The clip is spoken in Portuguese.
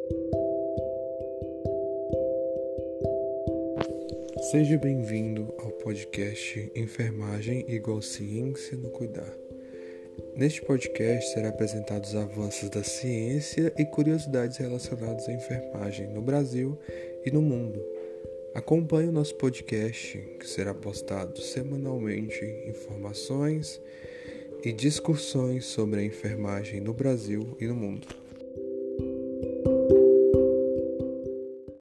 Seja bem-vindo ao podcast Enfermagem igual Ciência no Cuidar. Neste podcast serão apresentados os avanços da ciência e curiosidades relacionadas à enfermagem no Brasil e no mundo. Acompanhe o nosso podcast, que será postado semanalmente informações e discussões sobre a enfermagem no Brasil e no mundo.